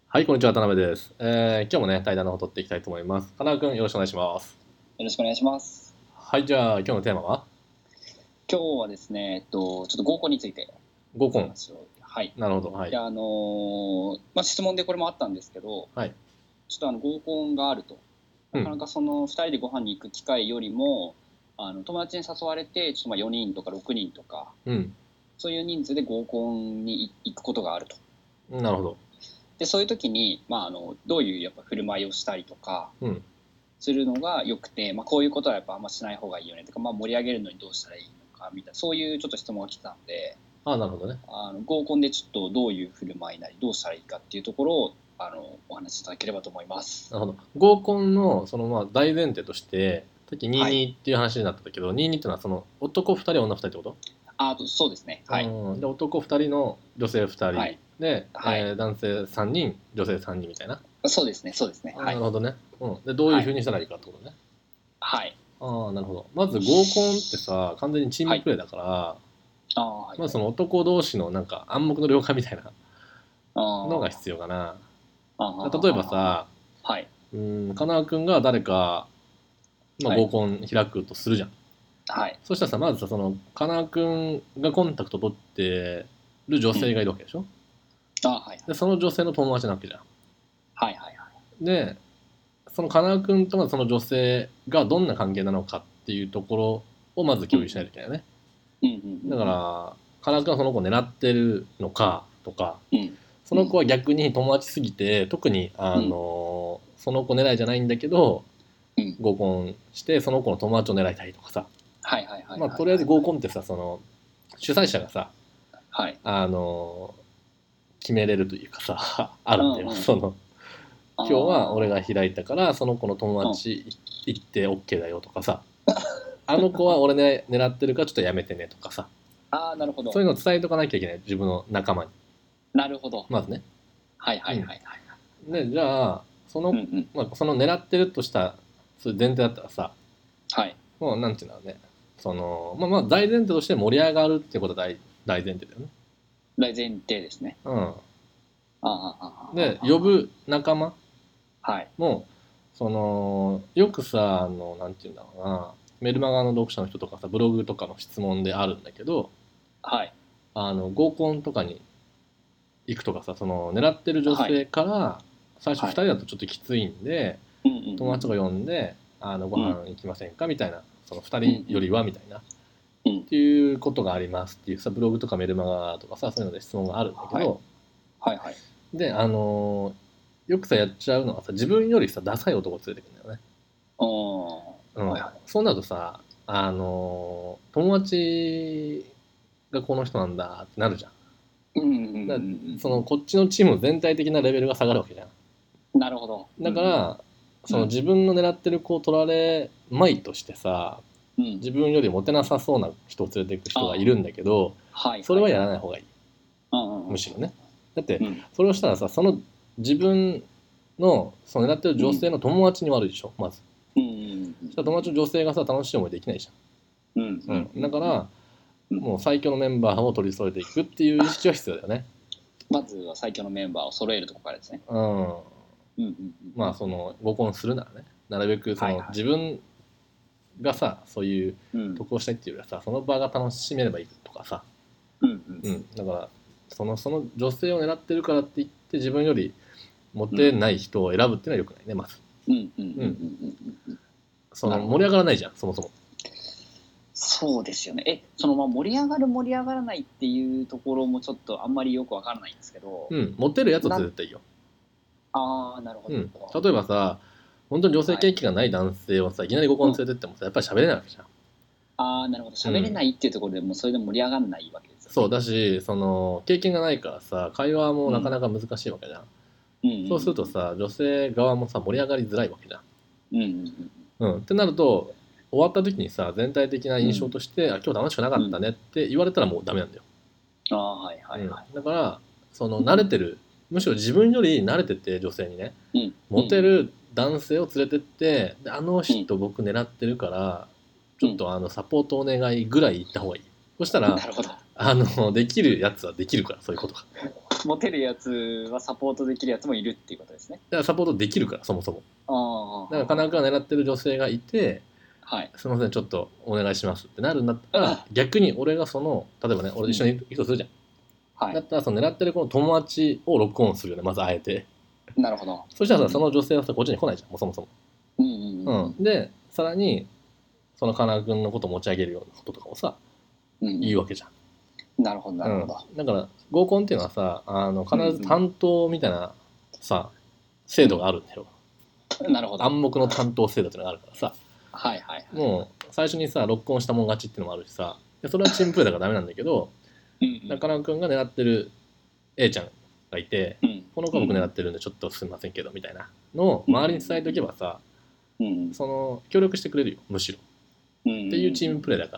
はい、こんにちは、田辺です。今日もね、対談の方取っていきたいと思います。金川くん、よろしくお願いします。 よろしくお願いします。 はい、じゃあ、今日のテーマは今日はですね、ちょっと合コンについて合コン。 話を。はい。 なるほど、はい。 質問でこれもあったんですけど、 はい。 ちょっと合コンがあると。なかなかその2人でご飯に行く機会よりも、友達に誘われて、ちょっと4人とか6人とか、 うん。 そういう人数で合コンに行くことがあると。 なるほど。 で、そういう時に、どういうやっぱ振る舞いをしたりとか、するのがよくて、こういうことはやっぱあんましない方がいいよねとか、盛り上げるのにどうしたらいいのかみたいな、そういうちょっと質問が来てたので、 あ、なるほどね。 合コンでちょっとどういう振る舞いなりどうしたらいいかっていうところをお話しいただければと思います。 なるほど。合コンの、大前提として、さっき22っていう話になったけど、22っていうのは、男2人、女2人ってこと？ そうですね。はい。 で、男2人の女性2人、 はい。 で、 はい。 男性3人、女性3人みたいな。 そうですね。そうですね。はい。 なるほどね。で、どういう風にしたらいいかってことね。 はい。 なるほど。まず合コンってさ、完全にチーはい。 ムプレーだから、 はい。 まずその男同士のなんか暗黙の了解みたいなのがあ必要かな。例えばあ。 さ、 はい。 かなくんが誰か、 はい。 合コン開くとするじゃん。 はい。 そしたらさ、まずさ、かなくんがコンタクト取ってる女性がいるわけでしょ。 はい。 で、その女性の友達なわけじゃん。 はい。はい。 で、そのかなくんとその女性がどんな関係なのかっていうところをまず共有しないといけないよね。だから、かなくんはその子を狙ってるのかとか、その子は逆に友達すぎて、特にその子狙いじゃないんだけど、合コンしてその子の友達を狙いたいとかさ、とりあえず合コンってさ、その主催者がさ、 はい。 決めれるというかさあるんだよ。今日は俺が開いたからその子の友達行って OK だよとかさ、あの子は俺ね狙ってるからちょっとやめてねとかさ、 なるほど。 そういうのを伝えとかなきゃいけない、自分の仲間に。 なるほど。 まずね。 はい。はい。はい。 で、じゃあその、その狙ってるとしたそういう前提だったらさ、 はい。 もうなんていうんだろうね、大前提として盛り上がるってことは大前提だよね。 大前提ですね。 で、呼ぶ仲間はい。 もよくさ、なんていうんだろうな、メルマガの読者の人とかさ、ブログとかの質問であるんだけど、 はい。 合コンとかに行くとかさ、その狙ってる女性から最初2人だとちょっときついんで、友達とか呼んでご飯行きませんかみたいな、その2人よりはみたいな、っていうことがありますっていうさ、ブログとかメルマガとかさ、そういうので質問があるんだけど、でよくさやっちゃうのはさ、自分よりさダサい男連れてくるんだよね。そうなるとさ、友達がこの人なんだってなるじゃん。こっちのチームの全体的なレベルが下がるわけじゃん。 なるほど。 だから、自分の狙ってる子を取られまいとしてさ、自分よりモテなさそうな人を連れていく人がいるんだけど、それはやらない方がいい。むしろね。だって、それをしたらさ、その自分のその狙ってる女性の友達に悪いでしょ、まず。そしたら友達の女性がさ、楽しい思いできないじゃん。だから、もう最強のメンバーを取り揃えていくっていう意識は必要だよね。 まずは最強のメンバーを揃えるところからですね。 まあ合コンするならね、なるべく自分がさ、そういう得をしたいっていうよりはさ、その場が楽しめればいいとかさ、だからその女性を狙ってるからって言って自分よりモテない人を選ぶっていうのはよくないね、まず。盛り上がらないじゃん、そもそも。 そうですよね。盛り上がる盛り上がらないっていうところもちょっとあんまりよくわからないんですけど、 モテるやつは絶対いいよ。 なるほど。 例えばさ、本当に女性経験がない男性をさ、いきなり合コン連れてってもさ、やっぱり喋れないわけじゃん。 なるほど。喋れないっていうところでもうそれで盛り上がらないわけですよね。 そうだし、経験がないからさ、会話もなかなか難しいわけじゃん。そうするとさ、女性側もさ、盛り上がりづらいわけじゃん。ってなると、終わった時にさ、全体的な印象として、今日楽しくなかったねって言われたらもうダメなんだよ。だから、慣れてる、むしろ自分より慣れてて、女性にね、モテる男性を連れてって、であの人僕狙ってるから、ちょっとサポートお願いぐらい行った方がいい。そしたら、できるやつはできるから、そういうことが。 モテるやつはサポートできるやつもいるっていうことですね。 だからサポートできるから、そもそも。だから金川が狙ってる女性がいて、 はい、 すみませんちょっとお願いしますってなるんだったら、逆に俺がその例えばね、俺一緒に行くとするじゃん、はい、だったらその狙ってるこの友達をロックオンするよね、まずあえて。 なるほど。 そしたらさ、その女性はさこっちに来ないじゃん、もうそもそも。でさらにその金川君のことを持ち上げるようなこととかもさ、言うわけじゃん。 なるほどなるほど。 だから合コンっていうのはさ、必ず担当みたいなさ、制度があるんだよ。 なるほど。 暗黙の担当制度っていうのがあるからさ、 はいはいはい、 もう最初にさロックオンしたもん勝ちっていうのもあるしさ、それはチームプレーだからダメなんだけど、中野くんが狙ってる A ちゃんがいて、この子は僕狙ってるんでちょっとすみませんけどみたいなのを周りに伝えておけばさ、その協力してくれるよ、むしろ、っていうチームプレーだから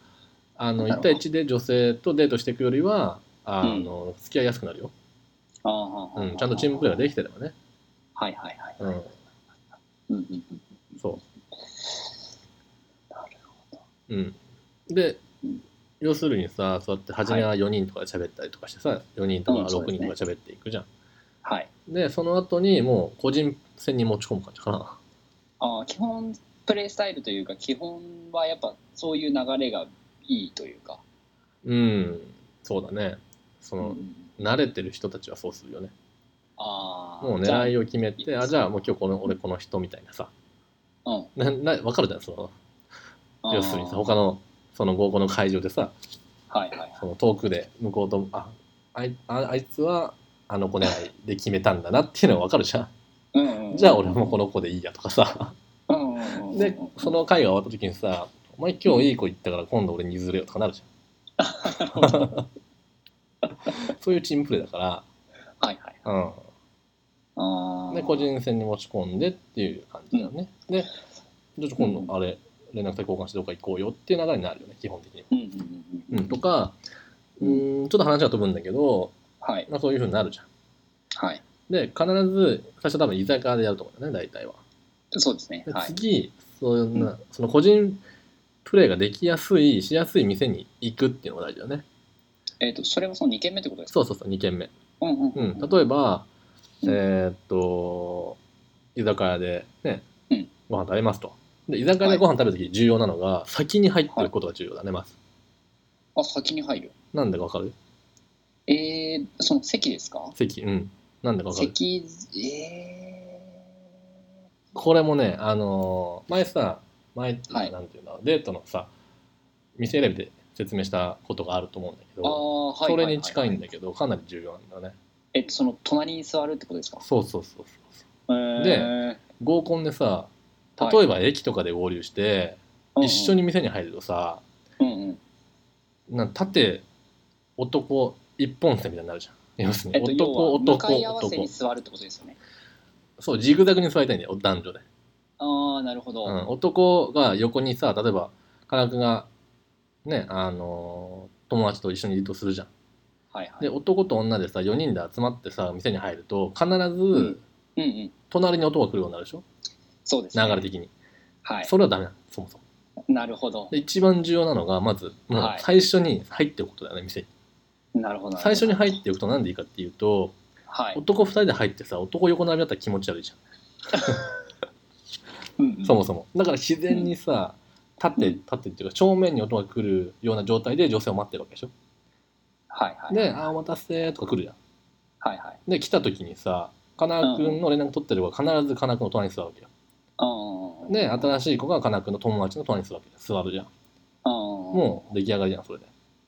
、1対1で女性とデートしていくよりは付き合いやすくなるよ。ちゃんとチームプレーができてればね。 はいはいはい。 そう。なるほど。で、要するにさ、そうやって初めは4人とかで喋ったりとかしてさ、4人とか6人とか喋っていくじゃん。 はい。 で、その後にもう個人戦に持ち込む感じかな。 基本プレイスタイルというか、基本はやっぱそういう流れがいいというか。 そうだね。慣れてる人たちはそうするよね。もう狙いを決めて、じゃあもう今日俺この人みたいなさ、分かるじゃん、要するにさ、他のその合コンの会場でさ、その遠くで向こうとあいつはあの子狙いで決めたんだなっていうのが分かるじゃん。じゃあ俺もこの子でいいやとかさ。でその会が終わった時にさ、お前今日いい子言ったから今度俺に譲れよとかなるじゃん。そういうチームプレーだから。で個人戦に持ち込んでっていう感じだよね。でちょっと今度あれ連絡先交換してどっか行こうよっていう流れになるよね、基本的に。とかちょっと話が飛ぶんだけど、そういうふうになるじゃん。で必ず最初多分居酒屋でやると思うんだよね、大体は。 そうですね。 次その個人プレーができやすいしやすい店に行くっていうのが大事だよね。 それはその2軒目ってことですか？ そう2軒目。例えば居酒屋でね、ご飯食べますと。で居酒屋でご飯食べるとき重要なのが、先に入ってることが重要だね、まず。 先に入る。 なんでかわかる？ その席ですか？ 席、なんでかわかる？ 席、 これもね、前なんていうんだろう、デートのさ、店選びで説明したことがあると思うんだけど、それに近いんだけど、かなり重要なんだね。 その隣に座るってことですか？ そう。で、合コンでさ、例えば駅とかで合流して、一緒に店に入るとさ、縦男一本線みたいになるじゃん。要するに男向かい合わせに座るってことですよね。 そう、ジグザグに座りたいんだよ、男女で。 なるほど。 男が横にさ、例えば金井君がね、友達と一緒にいるとするじゃん。で男と女でさ4人で集まってさ店に入ると必ず隣に男が来るようになるでしょ。 そうですね、 流れ的に。それはダメなの、そもそも。 なるほど。 で一番重要なのがまずもう最初に入っておくことだよね、店に。 なるほど。 最初に入っておくとなんでいいかっていうと、男2人で入ってさ男横並びだったら気持ち悪いじゃん。そもそもだから自然にさ、立ってっていうか正面に男が来るような状態で女性を待ってるわけでしょ。で、お待たせとか来るじゃん。で、来た時にさ、かなくんの連絡取ってる子が必ずかなくんの隣に座るわけよ。で、新しい子がかなくんの友達の隣に座るわけよ。座るじゃん。もう出来上がりじゃん、それで。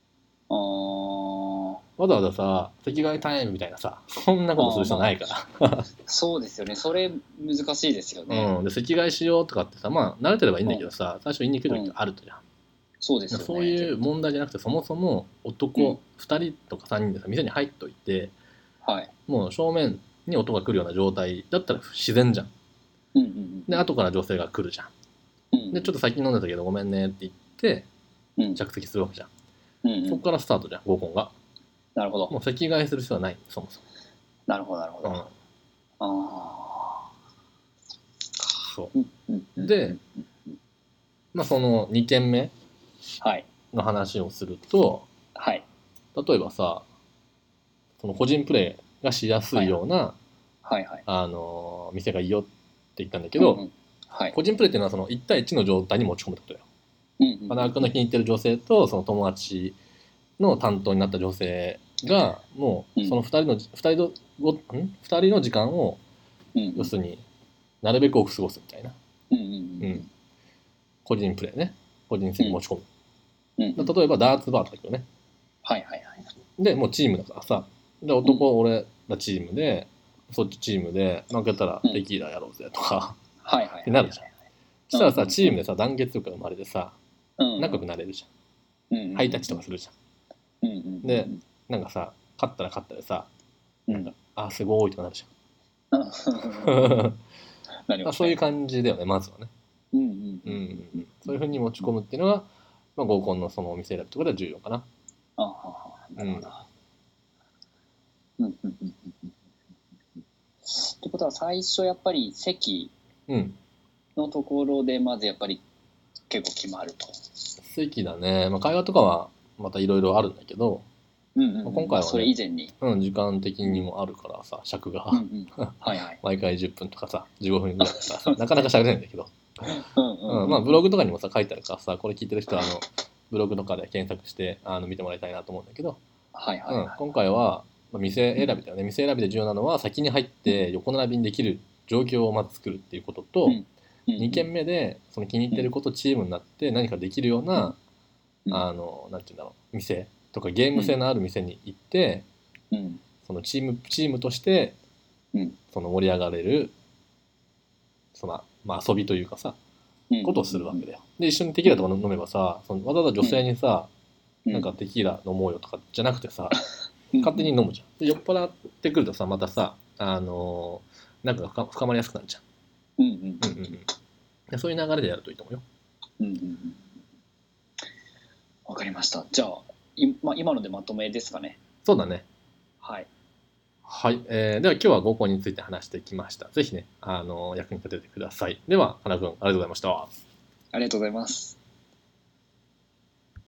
わざわざさ、席替えタイムみたいなさ、そんなことする人ないから。 そうですよね、それ難しいですよね。 で、席替えしようとかってさ、まあ、慣れてればいいんだけどさ、最初言いにくい時があるとじゃん。 そうですよね。 そういう問題じゃなくて、そもそも男2人とか3人でさ店に入っといて、もう正面に男が来るような状態だったら自然じゃん。で後から女性が来るじゃん。でちょっと先飲んでたけどごめんねって言って着席するわけじゃん。そこからスタートじゃん、合コンが。 なるほど。 もう席替えする必要はない、そもそも。 なるほどなるほど。 そうで、まあその2軒目の話をすると、例えばさ、 その個人プレイがしやすいような、 はいはい店がいいよって言ったんだけど、 はい、 個人プレイっていうのはその1対1の状態に持ち込むってことだよ。花輪君の気に入ってる女性とその友達の担当になった女性がもうその2人の時間を要するになるべく多く過ごすみたいな、個人プレイね、個人戦に持ち込む、例えばダーツバーとか行くよね。でもうチームだからさ、で男、俺らチームでそっちチームで負けたらテキーラやろうぜとかってなるじゃん。そしたらさ、チームでさ団結力が生まれてさ、仲良くなれるじゃん。ハイタッチとかするじゃん。でなんかさ、勝ったらさ、なんかあすごいとかなるじゃん。そういう感じだよね、まずはね。そういうふうに持ち込むっていうのが、まあ、合コンのそのお店選びとかでは重要かな。 ってことは最初やっぱり席のところでまずやっぱり結構決まると。 席だね、まあ、会話とかはまたいろいろあるんだけど、今回はね、 それ以前に、 時間的にもあるからさ、尺が毎回10分とかさ15分ぐらいだからさなかなか喋れないんだけど、まあブログとかにもさ書いてあるからさ、これ聞いてる人はブログとかで検索して見てもらいたいなと思うんだけど、今回は店選びだよね。店選びで重要なのは先に入って横並びにできる状況をまず作るっていうことと、2軒目でその気に入ってることチームになって何かできるようななんていうんだろう、店とかゲーム性のある店に行って、そのチームとしてその盛り上がれるその、まあ、遊びというかさ、ことをするわけだよ。で一緒にテキーラとか飲めばさ、そのわざわざ女性にさ、なんかテキーラ飲もうよとかじゃなくてさ、勝手に飲むじゃん。で酔っ払ってくるとさ、またさなんか深まりやすくなるじゃん。そういう流れでやるといいと思うよ。 わかりました。じゃあ今のでまとめですかね。 そうだね。 はい。 はい、では今日は合コンについて話してきました。ぜひね、役に立ててください。では、花君、ありがとうございました。 ありがとうございます。